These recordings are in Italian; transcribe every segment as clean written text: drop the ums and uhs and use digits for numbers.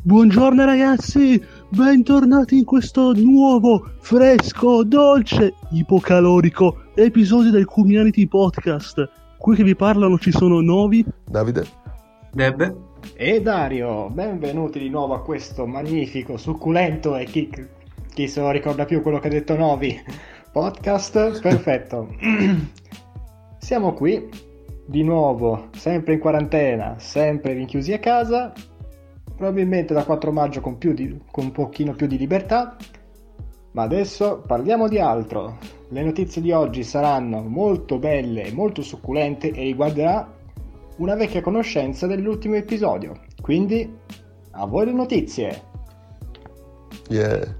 Buongiorno ragazzi, bentornati in questo nuovo, fresco, dolce, ipocalorico episodio del Community Podcast. Qui che vi parlano ci sono Novi, Davide, Debbe e Dario. Benvenuti di nuovo a questo magnifico, succulento e chi se lo ricorda più quello che ha detto Novi podcast. Perfetto. Siamo qui di nuovo, sempre in quarantena, sempre rinchiusi a casa, probabilmente da 4 maggio con un pochino più di libertà, ma adesso parliamo di altro. Le notizie di oggi saranno molto belle, molto succulente e riguarderà una vecchia conoscenza dell'ultimo episodio. Quindi, a voi le notizie. yeah.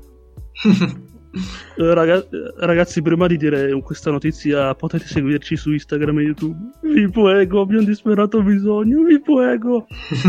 Ragazzi, prima di dire questa notizia potete seguirci su Instagram e YouTube. Vi prego, abbiamo disperato bisogno, vi prego.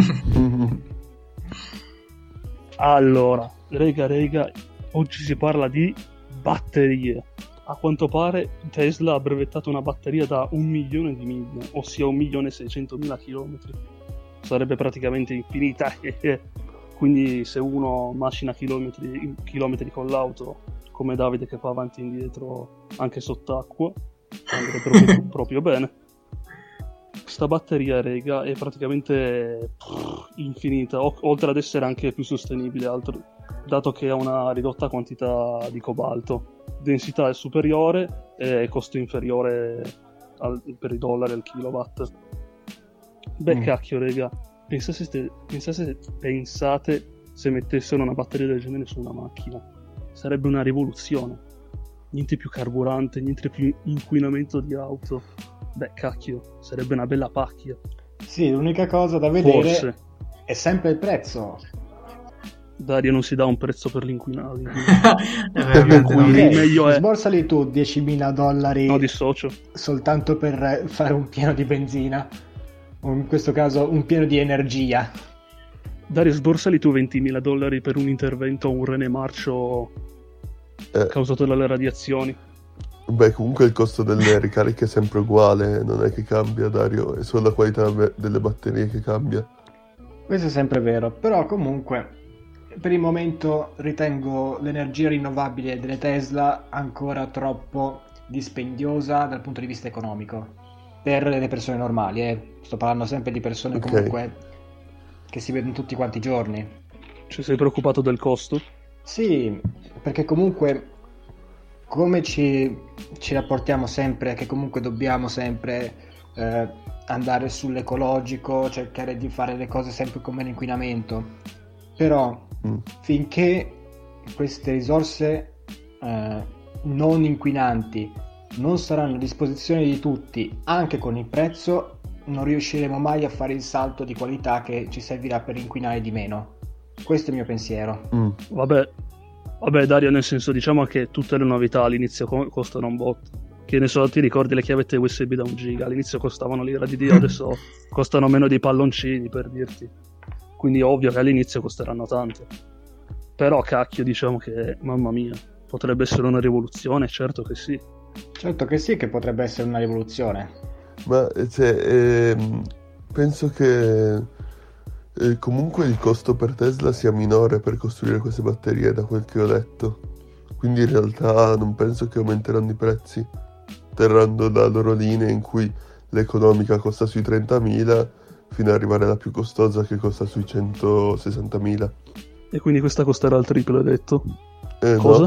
Allora, rega, oggi si parla di batterie. A quanto pare Tesla ha brevettato una batteria da 1 milione di miglia, ossia 1.600.000 chilometri. Sarebbe praticamente infinita. Quindi se uno macina chilometri con l'auto, come Davide che fa avanti e indietro anche sott'acqua, andrebbe proprio bene. Questa batteria, rega, è praticamente infinita, oltre ad essere anche più sostenibile, dato che ha una ridotta quantità di cobalto. Densità è superiore e costo inferiore per i dollari al kilowatt. Beh, cacchio, rega, pensate se mettessero una batteria del genere su una macchina. Sarebbe una rivoluzione. Niente più carburante, niente più inquinamento di auto. Beh, cacchio, sarebbe una bella pacchia. Sì, l'unica cosa da vedere Forse. è sempre il prezzo. Dario non si dà un prezzo per l'inquinamento. Meglio è. Sborsali tu $10.000. No, dissocio. Soltanto per fare un pieno di benzina, o in questo caso un pieno di energia. Dario, sborsali tu $20.000 per un intervento a un rene marcio causato dalle radiazioni. Beh, comunque il costo delle ricariche è sempre uguale, non è che cambia, Dario, è solo la qualità delle batterie che cambia. Questo è sempre vero, però comunque per il momento ritengo l'energia rinnovabile delle Tesla ancora troppo dispendiosa dal punto di vista economico per le persone normali. Sto parlando sempre di persone comunque che si vedono tutti quanti i giorni. Cioè, sei preoccupato del costo? Sì, perché comunque come ci rapportiamo sempre che comunque dobbiamo sempre andare sull'ecologico, cercare di fare le cose sempre con meno inquinamento, però finché queste risorse non inquinanti non saranno a disposizione di tutti, anche con il prezzo, non riusciremo mai a fare il salto di qualità che ci servirà per inquinare di meno. Questo è il mio pensiero. Vabbè, Dario, nel senso, diciamo che tutte le novità all'inizio costano un botto. Che ne so, ti ricordi le chiavette USB da 1 giga? All'inizio costavano l'ira di Dio, adesso costano meno dei palloncini, per dirti. Quindi è ovvio che all'inizio costeranno tanto. Però cacchio, diciamo che, mamma mia, potrebbe essere una rivoluzione, certo che sì. Certo che sì, che potrebbe essere una rivoluzione. Ma penso che comunque il costo per Tesla sia minore per costruire queste batterie, da quel che ho letto. Quindi in realtà non penso che aumenteranno i prezzi, terranno la loro linea in cui l'economica costa sui 30.000 fino ad arrivare alla più costosa che costa sui 160.000. E quindi questa costerà il triplo, hai detto? Cosa?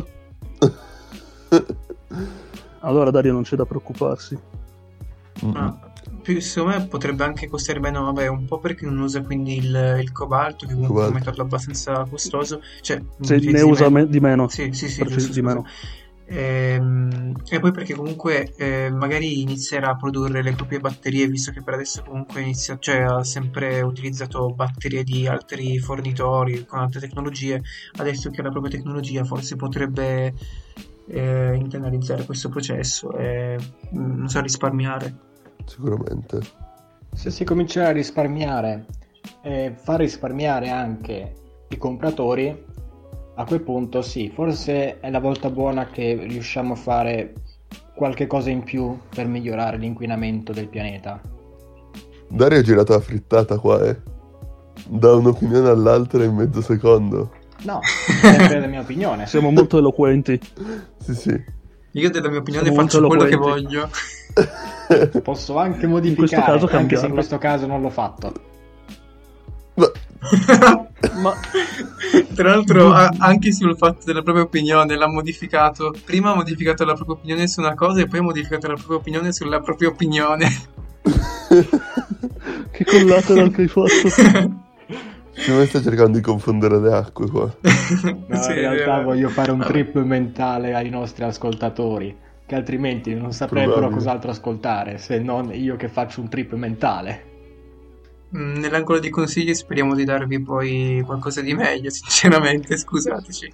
No. Allora, Dario, non c'è da preoccuparsi. Secondo me potrebbe anche costare meno, vabbè, un po' perché non usa quindi il cobalto, che comunque è un metallo abbastanza costoso, cioè se ne usa di meno. Sì, di meno. E poi perché comunque magari inizierà a produrre le proprie batterie, visto che per adesso comunque ha sempre utilizzato batterie di altri fornitori con altre tecnologie. Adesso che ha la propria tecnologia forse potrebbe internalizzare questo processo e non so, risparmiare. Sicuramente. Se si comincerà a risparmiare e far risparmiare anche i compratori, a quel punto sì, forse è la volta buona che riusciamo a fare qualche cosa in più per migliorare l'inquinamento del pianeta. Dario ha girato la frittata qua, da un'opinione all'altra in mezzo secondo. No, sempre la mia opinione. Siamo molto eloquenti. Sì. Io della mia opinione Siamo faccio molto quello che eloquenti. voglio. Posso anche In questo modificare, caso anche se in cambiarlo. questo caso non l'ho fatto. Ma Ma Tra l'altro, anche sul fatto della propria opinione, l'ha modificato. Prima ha modificato la propria opinione su una cosa e poi ha modificato la propria opinione sulla propria opinione. che collateral che hai fatto. secondo me sta cercando di confondere le acque qua. No, Sì, in realtà vabbè. voglio fare un Vabbè. trip mentale ai nostri ascoltatori, che altrimenti non saprebbero Probabile. cos'altro ascoltare, se non io che faccio un trip mentale. Nell'angolo di consigli speriamo di darvi poi qualcosa di meglio, sinceramente, scusateci.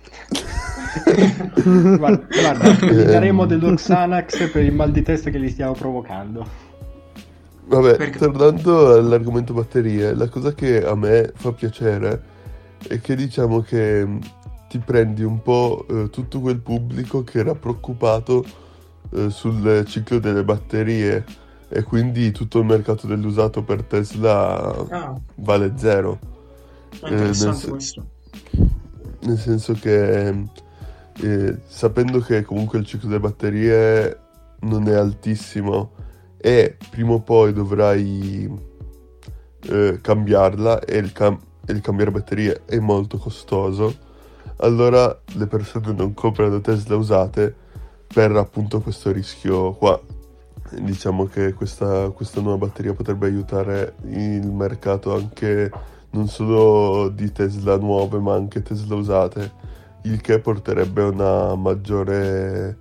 Guarda, gli daremo dello Xanax per il mal di testa che gli stiamo provocando. Vabbè, Perché- tornando all'argomento batterie, la cosa che a me fa piacere è che diciamo che ti prendi un po' tutto quel pubblico che era preoccupato sul ciclo delle batterie e quindi tutto il mercato dell'usato per Tesla Ah, vale zero. è interessante nel- questo. Nel senso che sapendo che comunque il ciclo delle batterie non è altissimo e prima o poi dovrai cambiarla e il cambiare batterie è molto costoso, allora le persone non comprano Tesla usate per appunto questo rischio qua. Diciamo che questa nuova batteria potrebbe aiutare il mercato anche non solo di Tesla nuove ma anche Tesla usate, il che porterebbe a una maggiore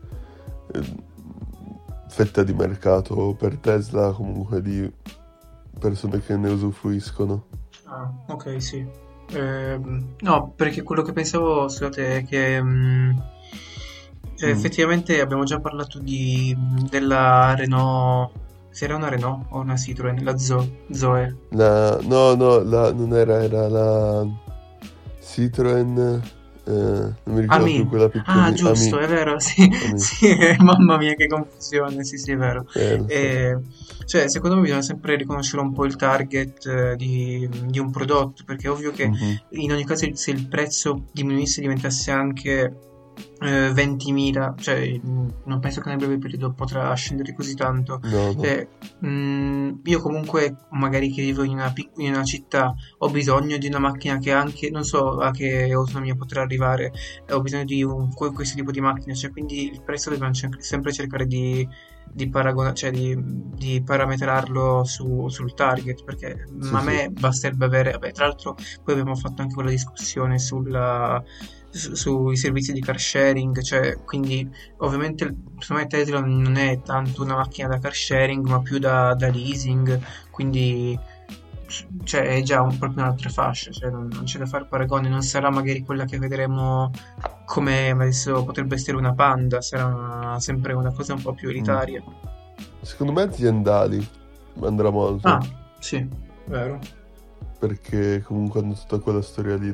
fetta di mercato per Tesla, comunque di persone che ne usufruiscono. Ah, ok, sì. No, perché quello che pensavo, scusate, è che effettivamente abbiamo già parlato della Renault. Se era una Renault o una Citroen, la Zoe. Non era la Citroen, non mi ricordo più quella piccolina. Ah, giusto, è vero, sì, Ami. sì, mamma mia che confusione, sì, è vero. Lo so. Cioè, secondo me bisogna sempre riconoscere un po' il target di un prodotto, perché è ovvio che Mhm. in ogni caso se il prezzo diminuisse e diventasse anche 20.000, cioè non penso che nel breve periodo potrà scendere così tanto. No. Io comunque magari che vivo in una città ho bisogno di una macchina che anche non so a che autonomia potrà arrivare, ho bisogno di questo tipo di macchina, cioè quindi il prezzo dobbiamo sempre cercare di paragonare, cioè di parametrarlo sul target, perché Sì, a me basterebbe avere, vabbè, tra l'altro poi abbiamo fatto anche quella discussione sui servizi di car sharing, cioè quindi ovviamente secondo me Tesla non è tanto una macchina da car sharing ma più da leasing, quindi cioè è già proprio un'altra fascia, cioè non c'è da fare paragone, non sarà magari quella che vedremo come adesso potrebbe essere una Panda, sarà sempre una cosa un po' più elitaria. Secondo me aziendali andrà molto. Ah, sì, vero. Perché comunque hanno tutta quella storia lì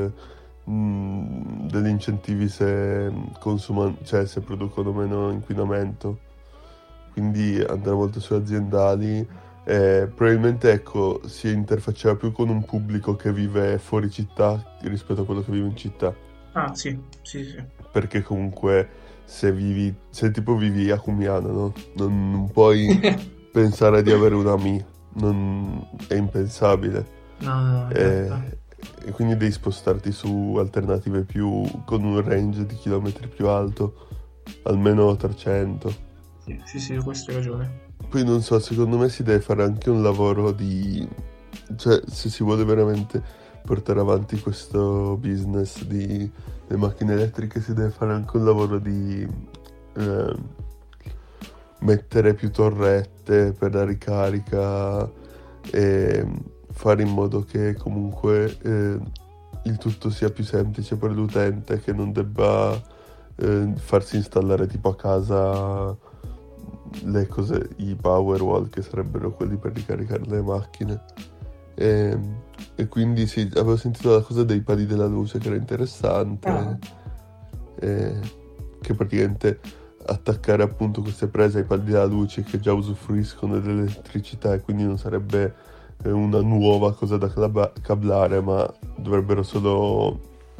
degli incentivi se cioè se producono meno inquinamento, quindi andrà molto su aziendali e probabilmente ecco si interfaccerà più con un pubblico che vive fuori città rispetto a quello che vive in città, Ah, sì. perché comunque se tipo vivi a Cumiano, no? Non puoi pensare di avere una Mi, è impensabile. No, in realtà. E quindi devi spostarti su alternative con un range di chilometri più alto, almeno 300. Sì, questo hai ragione. Poi non so, secondo me si deve fare anche un lavoro cioè se si vuole veramente portare avanti questo business delle macchine elettriche si deve fare anche un lavoro di mettere più torrette per la ricarica e fare in modo che comunque il tutto sia più semplice per l'utente, che non debba farsi installare tipo a casa le cose, i Powerwall, che sarebbero quelli per ricaricare le macchine. E quindi sì, avevo sentito la cosa dei pali della luce che era interessante, che praticamente attaccare appunto queste prese ai pali della luce che già usufruiscono dell'elettricità e quindi non sarebbe una nuova cosa da cablare, ma dovrebbero solo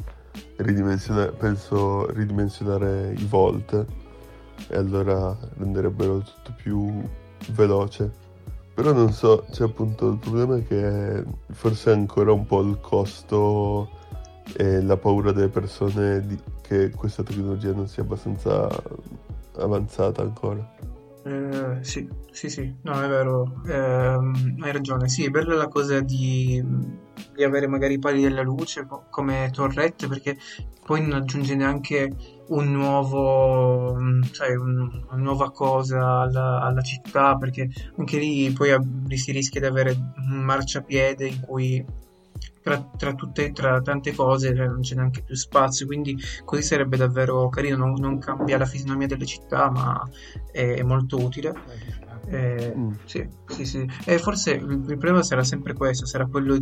ridimensionare i volt e allora renderebbero tutto più veloce. Però non so, cioè appunto il problema è che forse è ancora un po' il costo e la paura delle persone che questa tecnologia non sia abbastanza avanzata ancora. Sì, no, è vero, hai ragione. Sì, è bella la cosa di avere magari i pali della luce come torrette, perché poi non aggiunge neanche un nuovo, sai, una nuova cosa alla città, perché anche lì poi si rischia di avere un marciapiede in cui tra tante cose, cioè, non c'è neanche più spazio, quindi così sarebbe davvero carino, non cambia la fisionomia delle città, ma è molto utile. Sì. E forse il problema sarà sempre questo, sarà quello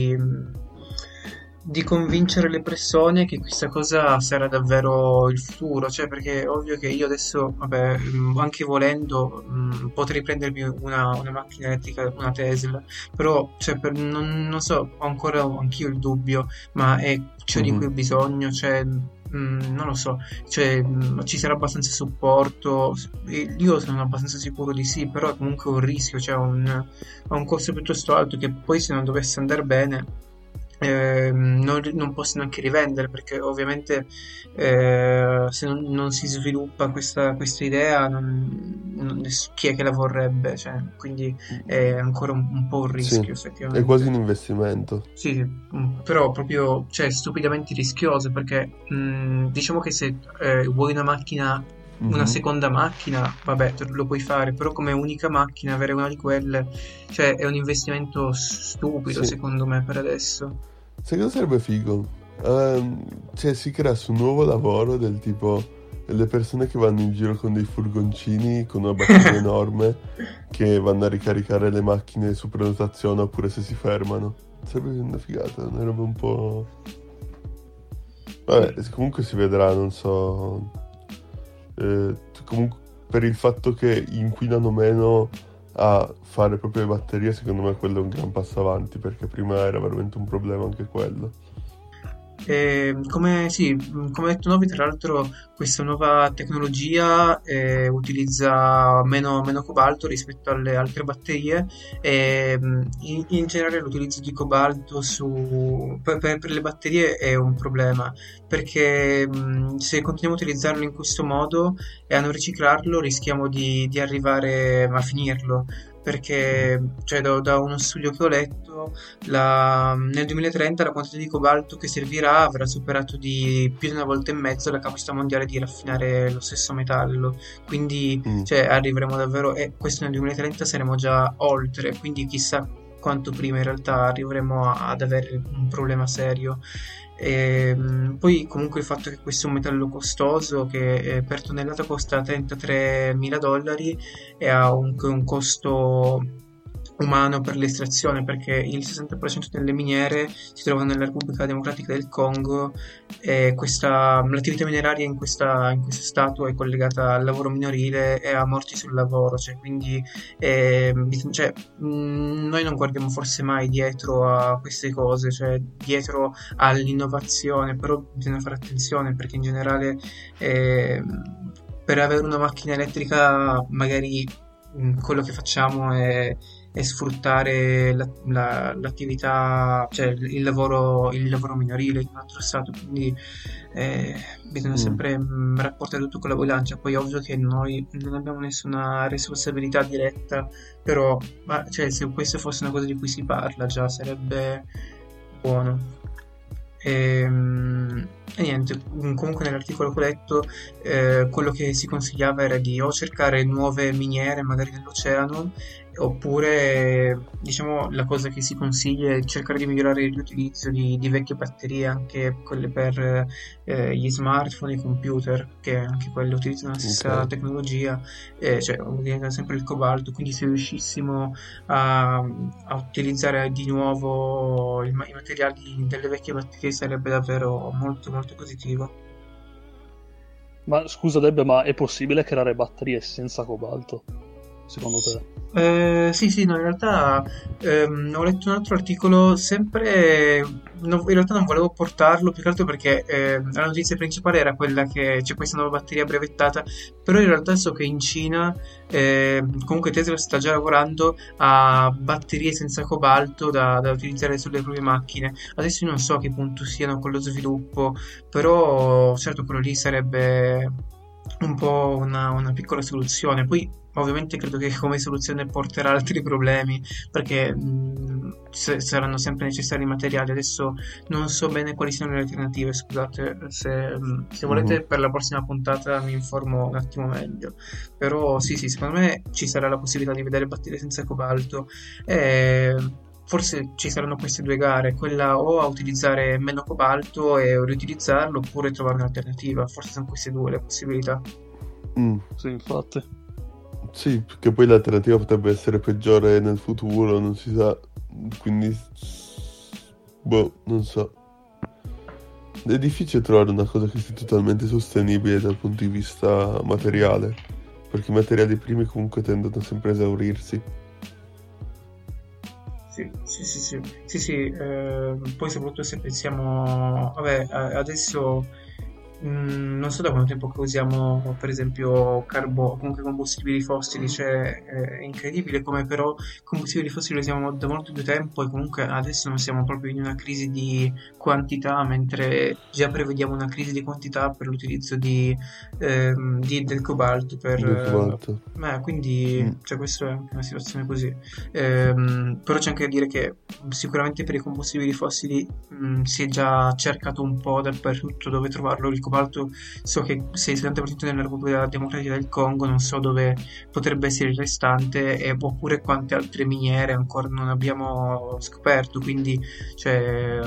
di convincere le persone che questa cosa sarà davvero il futuro, cioè perché è ovvio che io adesso, vabbè, anche volendo, potrei prendermi una macchina elettrica, una Tesla, però cioè, non so, ho ancora anch'io il dubbio, ma è ciò di cui ho bisogno, cioè non lo so, cioè ci sarà abbastanza supporto, io sono abbastanza sicuro di sì, però è comunque un rischio, cioè ha un costo piuttosto alto che poi se non dovesse andare bene non posso neanche rivendere, perché ovviamente se non si sviluppa questa idea chi è che la vorrebbe, cioè, quindi è ancora un po' un rischio, effettivamente. È quasi un investimento. Sì, però proprio, cioè, stupidamente rischioso, perché diciamo che se vuoi una macchina, una seconda macchina, vabbè, lo puoi fare, però come unica macchina avere una di quelle, cioè, è un investimento stupido, secondo me, per adesso. Sai cosa sarebbe figo? Cioè si creasse un nuovo lavoro del tipo le persone che vanno in giro con dei furgoncini con una batteria enorme che vanno a ricaricare le macchine su prenotazione oppure se si fermano. Sarebbe una figata, una roba un po'... Vabbè, comunque si vedrà, non so... comunque per il fatto che inquinano meno a fare proprio le batterie, secondo me quello è un gran passo avanti, perché prima era veramente un problema anche quello. Come ha detto Novi, tra l'altro questa nuova tecnologia utilizza meno cobalto rispetto alle altre batterie, e in generale l'utilizzo di cobalto per le batterie è un problema, perché se continuiamo a utilizzarlo in questo modo e a non riciclarlo rischiamo di arrivare a finirlo, perché cioè, da uno studio che ho letto nel 2030 la quantità di cobalto che servirà avrà superato di più di una volta e mezzo la capacità mondiale di raffinare lo stesso metallo, quindi cioè, arriveremo davvero, e questo nel 2030 saremo già oltre, quindi chissà quanto prima in realtà arriveremo ad avere un problema serio. Poi comunque il fatto che questo è un metallo costoso che per tonnellata costa $33.000 e ha un costo umano per l'estrazione, perché il 60% delle miniere si trovano nella Repubblica Democratica del Congo e l'attività mineraria in questo stato è collegata al lavoro minorile e a morti sul lavoro, cioè, quindi noi non guardiamo forse mai dietro a queste cose, cioè dietro all'innovazione, però bisogna fare attenzione, perché in generale per avere una macchina elettrica magari quello che facciamo è sfruttare l'attività, cioè il lavoro minorile in un altro stato, quindi bisogna sempre rapportare tutto con la bilancia. Poi ovvio che noi non abbiamo nessuna responsabilità diretta, però cioè, se questa fosse una cosa di cui si parla già sarebbe buono. E niente, comunque nell'articolo che ho letto quello che si consigliava era di o cercare nuove miniere magari nell'oceano, oppure diciamo la cosa che si consiglia è cercare di migliorare il riutilizzo di vecchie batterie, anche quelle per gli smartphone e i computer, che anche quelle utilizzano la stessa tecnologia, cioè utilizzano sempre il cobalto, quindi se riuscissimo a utilizzare di nuovo i materiali delle vecchie batterie sarebbe davvero molto molto positivo. Ma scusa Deb, ma è possibile creare batterie senza cobalto? secondo te? Sì, no, in realtà ho letto un altro articolo, sempre, in realtà non volevo portarlo, più che altro perché la notizia principale era quella che c'è questa nuova batteria brevettata, però in realtà so che in Cina comunque Tesla sta già lavorando a batterie senza cobalto da utilizzare sulle proprie macchine. Adesso io non so a che punto siano con lo sviluppo, però certo quello lì sarebbe un po' una piccola soluzione. Poi ovviamente credo che come soluzione porterà altri problemi perché saranno sempre necessari materiali. Adesso non so bene quali siano le alternative, scusate, se volete per la prossima puntata mi informo un attimo meglio. Però sì, secondo me ci sarà la possibilità di vedere batterie senza cobalto e forse ci saranno queste due gare, quella o a utilizzare meno cobalto e riutilizzarlo oppure trovare un'alternativa. Forse sono queste due le possibilità. Sì, infatti. Sì, perché poi l'alternativa potrebbe essere peggiore nel futuro, non si sa. Quindi, non so. È difficile trovare una cosa che sia totalmente sostenibile dal punto di vista materiale, perché i materiali primi comunque tendono sempre a esaurirsi. Sì, poi soprattutto se pensiamo, vabbè, adesso non so da quanto tempo che usiamo per esempio comunque combustibili fossili, cioè è incredibile come però combustibili fossili li usiamo da molto più tempo e comunque adesso non siamo proprio in una crisi di quantità, mentre già prevediamo una crisi di quantità per l'utilizzo del cobalto quindi cioè, questa è anche una situazione così. Però c'è anche da dire che sicuramente per i combustibili fossili si è già cercato un po' dappertutto dove trovarlo. Il cobalto so che sei il 70% nella Repubblica Democratica del Congo, non so dove potrebbe essere il restante oppure quante altre miniere ancora non abbiamo scoperto, quindi cioè,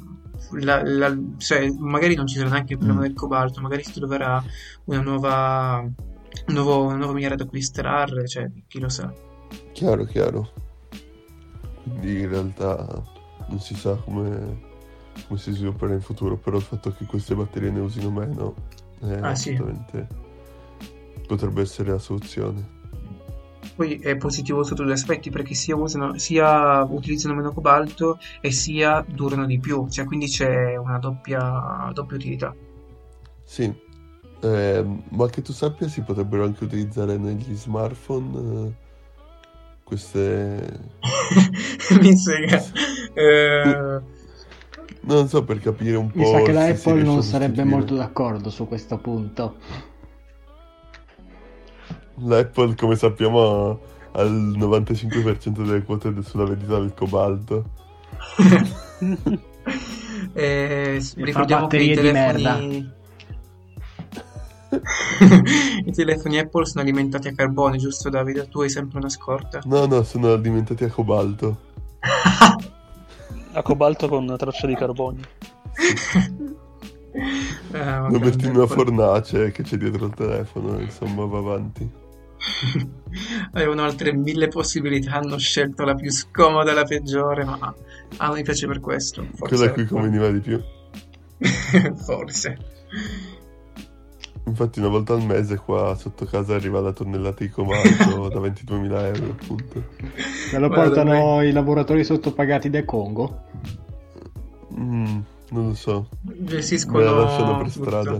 cioè magari non ci sarà neanche il problema del cobalto, magari si troverà una nuova miniera da cui estrarre, cioè chi lo sa. Chiaro. Quindi in realtà non si sa come si svilupperà in futuro, però il fatto che queste batterie ne usino meno assolutamente potrebbe essere la soluzione. Poi è positivo sotto due aspetti, perché sia utilizzano meno cobalto e sia durano di più, cioè quindi c'è una doppia utilità. Sì, ma che tu sappia si potrebbero anche utilizzare negli smartphone queste... Mi sega. Non so, per capire un po'. Mi sa che la Apple non sarebbe molto d'accordo su questo punto. L'Apple, come sappiamo, ha il 95% delle quote sulla vendita del cobalto. Ricordiamo che i telefoni i telefoni Apple sono alimentati a carbone, giusto Davide? Tu hai sempre una scorta? No, sono alimentati a cobalto. A cobalto con traccia di carbonio. Lo metti in una fornace che c'è dietro il telefono, insomma va avanti. Avevano altre 1000 possibilità, hanno scelto la più scomoda, la peggiore, ma a me piace per questo. Forse quella a cui conveniva di più. Forse. Infatti una volta al mese qua sotto casa arriva la tonnellata di cobalto da 22.000 euro, appunto. Me lo portano i lavoratori sottopagati del Congo? Non lo so. Gestiscono me la lasciano per strada.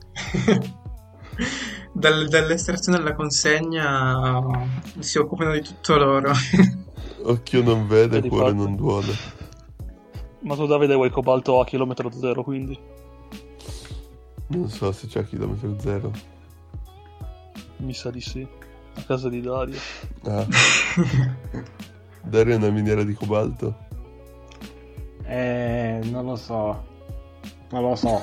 Dall'estrazione alla consegna si occupano di tutto loro. Occhio non vede, cuore non duole. Ma tu Davide vuoi cobalto a chilometro zero, quindi? Non so se c'è a chilometro zero. Mi sa di sì. A casa di Dario. Dario è una miniera di cobalto? Non lo so. Non lo so,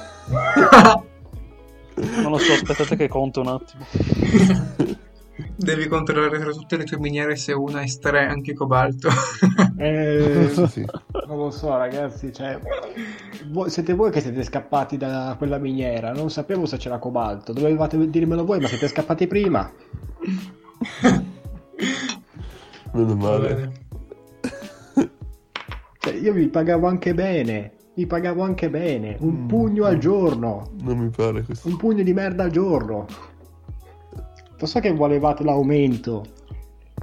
aspettate che conto un attimo. Devi controllare tra tutte le tue miniere se una estrae anche cobalto. Sì. Non lo so ragazzi, cioè siete voi che siete scappati da quella miniera, non sapevo se c'era cobalto, dovevate dirmelo voi, ma siete scappati prima. Meno male. Cioè, io vi pagavo anche bene, un pugno al giorno. Non mi pare questo. Un pugno di merda al giorno. Lo so che volevate l'aumento,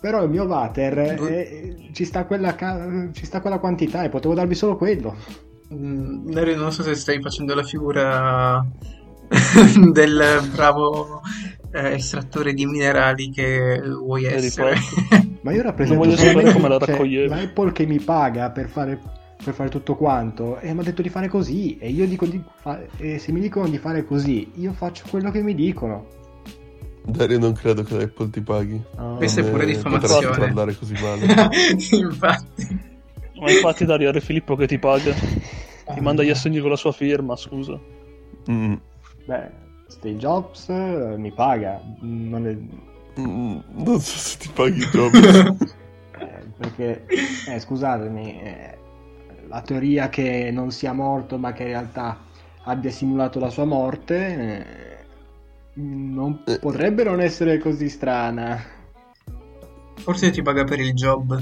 Però il mio water ci sta quella quantità e potevo darvi solo quello. Dario, non so se stai facendo la figura del bravo estrattore di minerali che vuoi essere. Ma io rappresento non voglio sapere come la cioè, raccoglievi. l'Apple che mi paga per fare tutto quanto e mi ha detto di fare così e io dico e se mi dicono di fare così io faccio quello che mi dicono. Dario, non credo che l'Apple ti paghi. Questa è pure diffamazione. Potresti parlare così male. Infatti. Ma infatti Dario, è Filippo che ti paga. Ti manda gli assegni con la sua firma, scusa. Beh, Steve Jobs mi paga. Non so se ti paghi Jobs. Perché, scusatemi, la teoria che non sia morto ma che in realtà abbia simulato la sua morte non potrebbe non essere così strana. Forse ti paga per il job.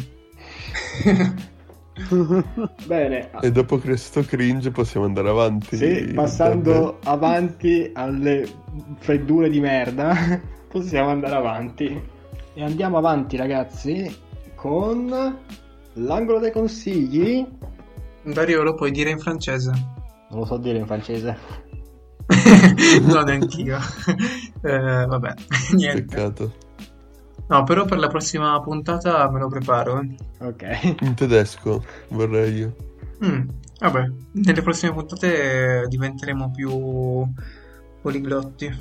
Bene. E dopo questo cringe possiamo andare avanti. Sì, passando avanti alle freddure di merda, possiamo andare avanti. E andiamo avanti, ragazzi, con l'angolo dei consigli. Dario, lo puoi dire in francese? Non lo so dire in francese. No, neanch'io. Vabbè, niente. Peccato. No, però per la prossima puntata me lo preparo. Ok. In tedesco vorrei io. Vabbè, nelle prossime puntate diventeremo più poliglotti.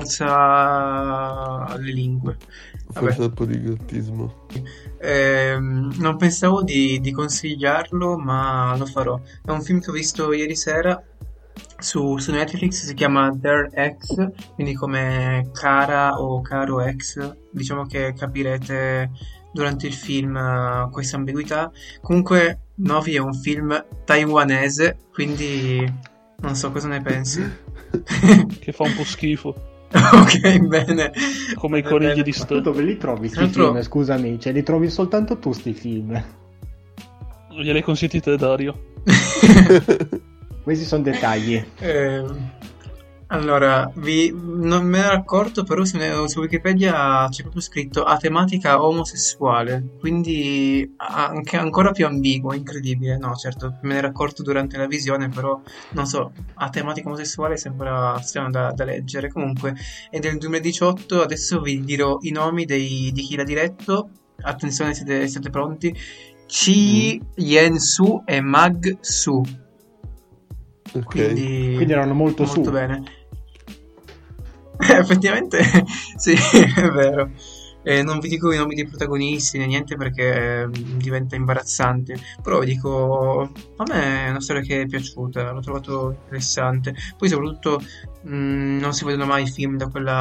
Forza alle lingue. Forza al poliglottismo. Non pensavo di consigliarlo, ma lo farò. È un film che ho visto ieri sera su Netflix, si chiama Their Ex, quindi come Cara o Caro Ex. Diciamo che capirete durante il film questa ambiguità. Comunque Novi è un film taiwanese, quindi non so cosa ne pensi. Che fa un po' schifo. Ok, bene. Come i conigli di Ma tu dove li trovi sti film? Scusami, cioè li trovi soltanto tu sti film? Gliel'hai consigliati te, Dario. Questi sono dettagli. Allora, non me ne ero accorto, però su Wikipedia c'è proprio scritto a tematica omosessuale, quindi anche ancora più ambiguo, incredibile. No, certo, me ne ero accorto durante la visione, però non so, a tematica omosessuale sembra strano da leggere. Comunque è del 2018, adesso vi dirò i nomi di chi l'ha diretto. Attenzione, siete pronti? Chi Yen-su e Mag Su. Ok. Quindi erano molto su. Bene. Effettivamente sì, è vero. Non vi dico i nomi dei protagonisti né niente perché diventa imbarazzante. Però vi dico, a me è una storia che è piaciuta, l'ho trovato interessante. Poi soprattutto non si vedono mai film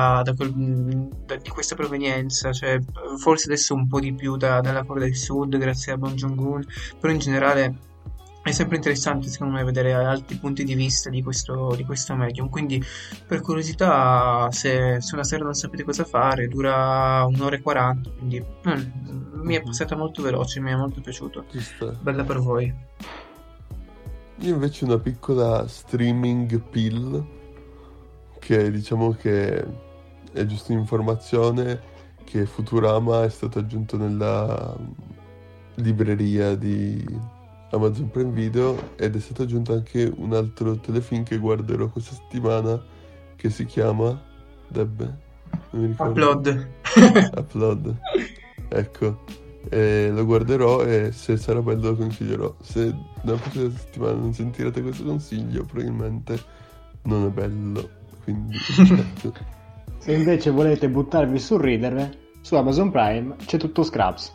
di questa provenienza, cioè forse adesso un po' di più dalla Corea del Sud grazie a Bong Joon-ho, però in generale è sempre interessante secondo me vedere altri punti di vista di questo medium. Quindi per curiosità, se una sera non sapete cosa fare, dura 1 ora e 40, quindi mi è passata molto veloce, mi è molto piaciuto. Bella per voi. Io invece una piccola streaming pill che diciamo che è giusto un'informazione che Futurama è stato aggiunto nella libreria di Amazon Prime Video ed è stato aggiunto anche un altro telefilm che guarderò questa settimana che si chiama Debbe? Non mi ricordo. Upload. Ecco, lo guarderò e se sarà bello lo consiglierò. Se nella prossima settimana non sentirete questo consiglio probabilmente non è bello, quindi Se invece volete buttarvi sul ridere, su Amazon Prime c'è tutto Scraps.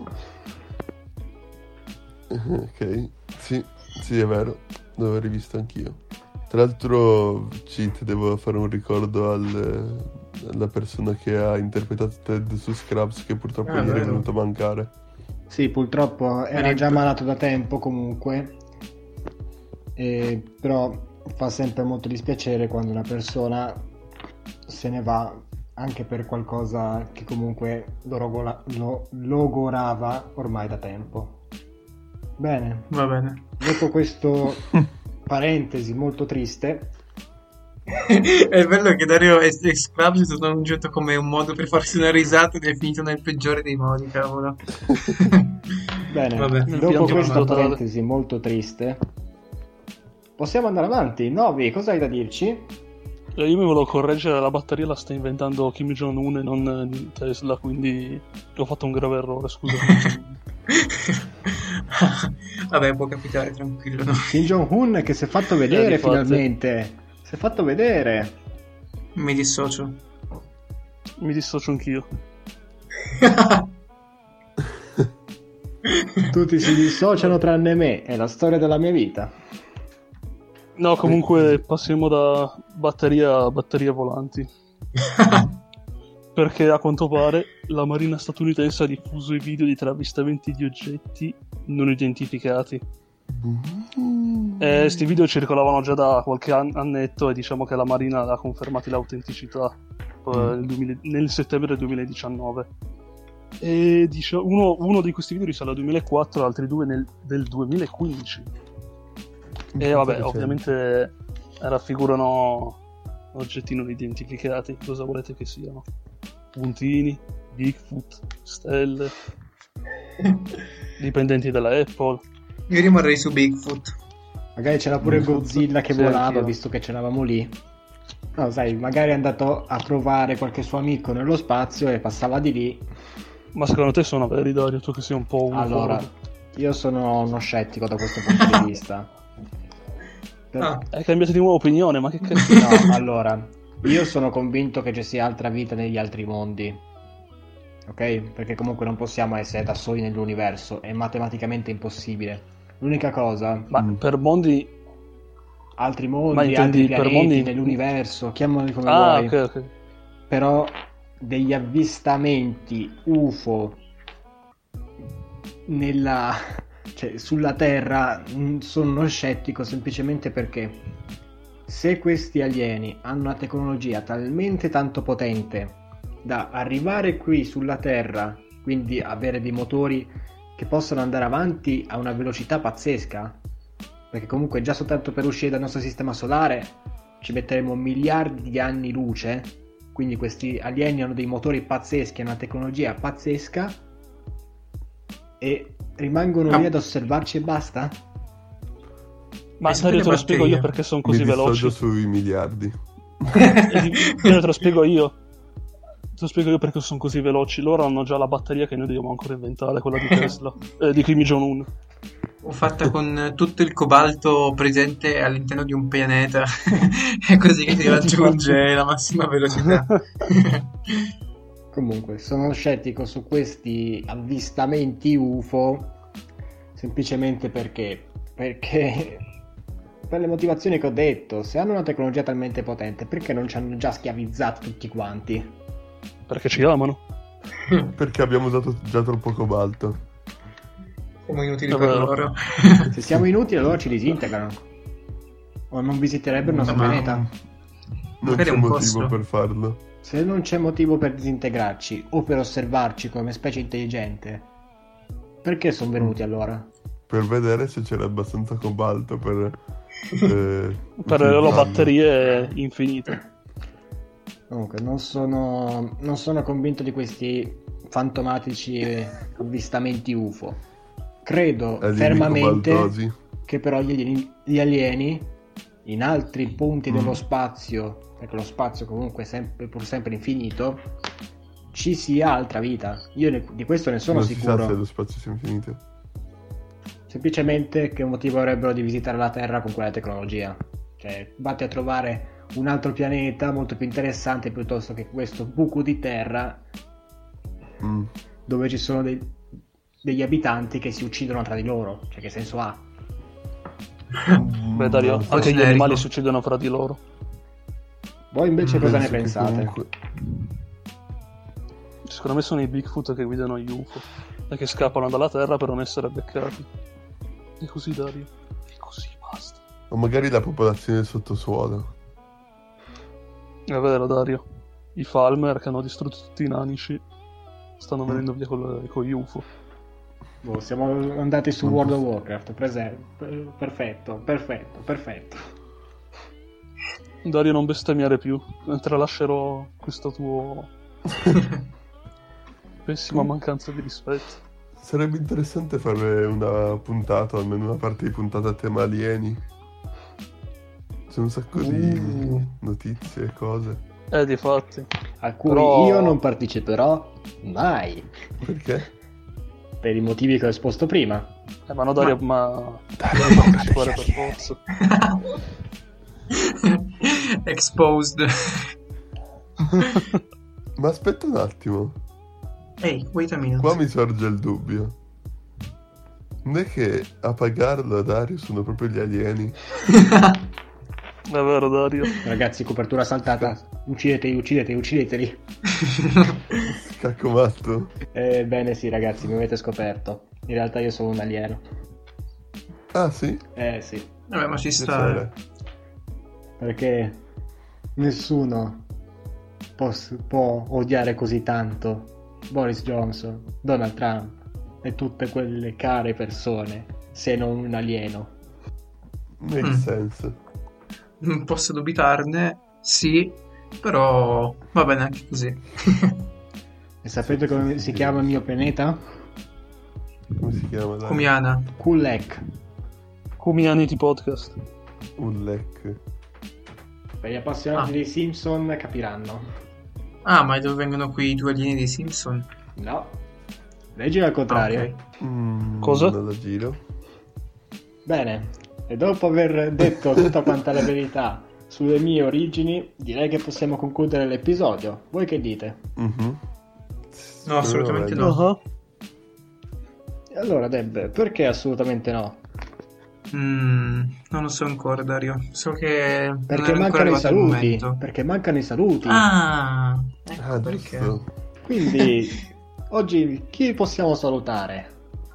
Ok, sì, è vero, l'avevo rivisto anch'io. Tra l'altro, devo fare un ricordo alla persona che ha interpretato Ted su Scrubs, che purtroppo ieri è venuto a mancare. Sì, purtroppo era già malato da tempo comunque, però fa sempre molto dispiacere quando una persona se ne va anche per qualcosa che comunque logorava ormai da tempo. Bene, va bene. Dopo questo parentesi molto triste, È bello che Dario e Scrubs sono aggiunto come un modo per farsi una risata ed è finito nel peggiore dei modi, cavolo. Bene, Vabbè. Nel dopo pianto questa totale. parentesi molto triste, possiamo andare avanti. Novi, cosa hai da dirci? Io mi volevo correggere, la batteria la sta inventando Kim Jong-un e non Tesla, quindi ho fatto un grave errore, scusa. Vabbè, può capitare, tranquillo. No? Kim Jong-un che si è fatto vedere difatti. finalmente. Si è fatto vedere. Mi dissocio. Mi dissocio anch'io. Tutti si dissociano tranne me. È la storia della mia vita. No, comunque passiamo da batteria a batterie volanti. Perché a quanto pare la Marina statunitense ha diffuso i video di avvistamenti di oggetti non identificati. Sti video circolavano già da qualche annetto e diciamo che la Marina ha confermato l'autenticità nel settembre 2019. E uno di questi video risale al 2004, altri due del 2015. E vabbè, ovviamente raffigurano oggetti non identificati. Cosa volete che siano? Puntini, Bigfoot, stelle, dipendenti dalla Apple. Io rimarrei su Bigfoot. Magari c'era pure Godzilla che Sì, volava, anch'io. visto che c'eravamo lì. No, sai, magari è andato a trovare qualche suo amico nello spazio e passava di lì. Ma secondo te sono veri, Dario? Tu che sei un po' un Allora, io sono uno scettico da questo punto di vista. Ah, Hai cambiato di nuovo opinione, ma che cazzo? No, allora, io sono convinto che ci sia altra vita negli altri mondi. Ok? Perché comunque non possiamo essere da soli nell'universo, è matematicamente impossibile. L'unica cosa, Ma per mondi... altri Ma mondi, intendi altri per pianeti mondi- nell'universo, chiamali come Ah, vuoi. ok. Però degli avvistamenti UFO cioè, sulla Terra sono uno scettico semplicemente perché se questi alieni hanno una tecnologia talmente tanto potente da arrivare qui sulla Terra, quindi avere dei motori che possono andare avanti a una velocità pazzesca, perché comunque già soltanto per uscire dal nostro sistema solare ci metteremo miliardi di anni luce, quindi questi alieni hanno dei motori pazzeschi, una tecnologia pazzesca, e rimangono lì ad osservarci e basta? Ma E Dario, te lo spiego io batterie? perché sono Mi così dissocio veloci. sui miliardi. Dario, te lo spiego io. Te lo spiego io perché sono così veloci. Loro hanno già la batteria che noi dobbiamo ancora inventare, quella di Tesla, di Kim Jong-un. o fatta con tutto il cobalto presente all'interno di un pianeta. È così che si raggiunge la massima velocità. Comunque, sono scettico su questi avvistamenti UFO semplicemente perché per le motivazioni che ho detto, se hanno una tecnologia talmente potente, perché non ci hanno già schiavizzati tutti quanti? Perché ci amano. Perché abbiamo usato già troppo cobalto. Siamo inutili È per vero. loro. Se siamo inutili, allora ci disintegrano. O non visiterebbero il nostro Ma- pianeta. Non Magari c'è un motivo posto. per farlo. Se non c'è motivo per disintegrarci o per osservarci come specie intelligente, perché sono venuti allora? Per vedere se c'era abbastanza cobalto per Per le utilizzarlo. loro batterie infinite. Comunque, non sono convinto di questi fantomatici avvistamenti UFO. Credo Alieni fermamente cobaltosi. che però gli alieni in altri punti dello spazio, perché lo spazio comunque è pur sempre infinito, ci sia altra vita. Io di questo ne sono Non si sa se sicuro. lo spazio sia infinito. Semplicemente che motivo avrebbero di visitare la Terra con quella tecnologia? Cioè, vatti a trovare un altro pianeta molto più interessante piuttosto che questo buco di terra dove ci sono degli abitanti che si uccidono tra di loro. Cioè, che senso ha? Beh, Dario, No, anche gli generico. animali si uccidono fra di loro. Voi invece cosa ne penso che pensate? comunque- Secondo me sono i Bigfoot che guidano gli UFO e che scappano dalla Terra per non essere beccati. E così, Dario. E così, basta. O magari la popolazione del sottosuolo. È vero, Dario. I Falmer che hanno distrutto tutti i nanici stanno venendo via con gli UFO. Boh, siamo andati su Non World of posso- Warcraft, perfetto. Dario, non bestemmiare più, tralascerò questo tuo pessima mancanza di rispetto. Sarebbe interessante fare una puntata, almeno una parte di puntata a tema alieni. C'è un sacco di notizie e cose. Difatti. A cui Però- io non parteciperò mai, Perché? per i motivi che ho esposto prima. Ma no, Dario, ma devi partecipare per forza. Exposed. Ma aspetta un attimo, Ehi, wait a minute. qua mi sorge il dubbio. Non è che a pagarlo a Dario sono proprio gli alieni? È vero, Dario. Ragazzi, copertura saltata. Uccideteli. Cacco matto. Bene, sì, ragazzi, mi avete scoperto. In realtà io sono un alieno. Ah sì? Sì. Vabbè, ma ci sta. Piacere. Perché nessuno può odiare così tanto Boris Johnson, Donald Trump e tutte quelle care persone se non un alieno. Make sense. Non posso dubitarne, sì, però va bene anche così. E sapete come si chiama il mio pianeta? Come si chiama? Dai? Comiana. Kulek. Humanity Podcast. Un lec. Per gli appassionati Ah. dei Simpson capiranno. Ah, ma dove vengono qui i due alieni dei Simpson? No. Leggilo al contrario. Ok. Cosa? Non la giro. Bene, e dopo aver detto tutta quanta la verità sulle mie origini, direi che possiamo concludere l'episodio. Voi che dite? Mhm. No, assolutamente no. Uh-huh. E allora, Deb, perché assolutamente no? Non lo so ancora, Dario. So che non Perché era ancora mancano i arrivato il saluti. momento. Perché mancano i saluti. Ah, ecco Ah, perché. giusto. Quindi, oggi chi possiamo salutare?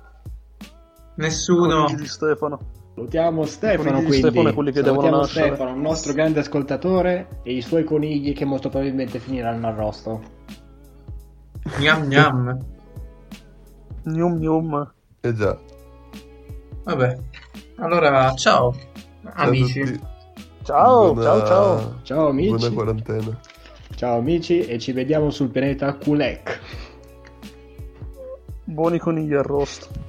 Nessuno. Conigli di Stefano. Salutiamo Stefano, conigli di quindi. Stefano è quelli che devono Salutiamo nascere. Stefano, un nostro grande ascoltatore, e i suoi conigli che molto probabilmente finiranno arrosto. Gnam gnam. Gnum gnum. Eh già. Vabbè. Allora, ciao, Ciao a amici. tutti. Ciao, Buona- ciao. Ciao amici. Buona quarantena. Ciao amici, e ci vediamo sul pianeta Kulek. Buoni conigli arrosto.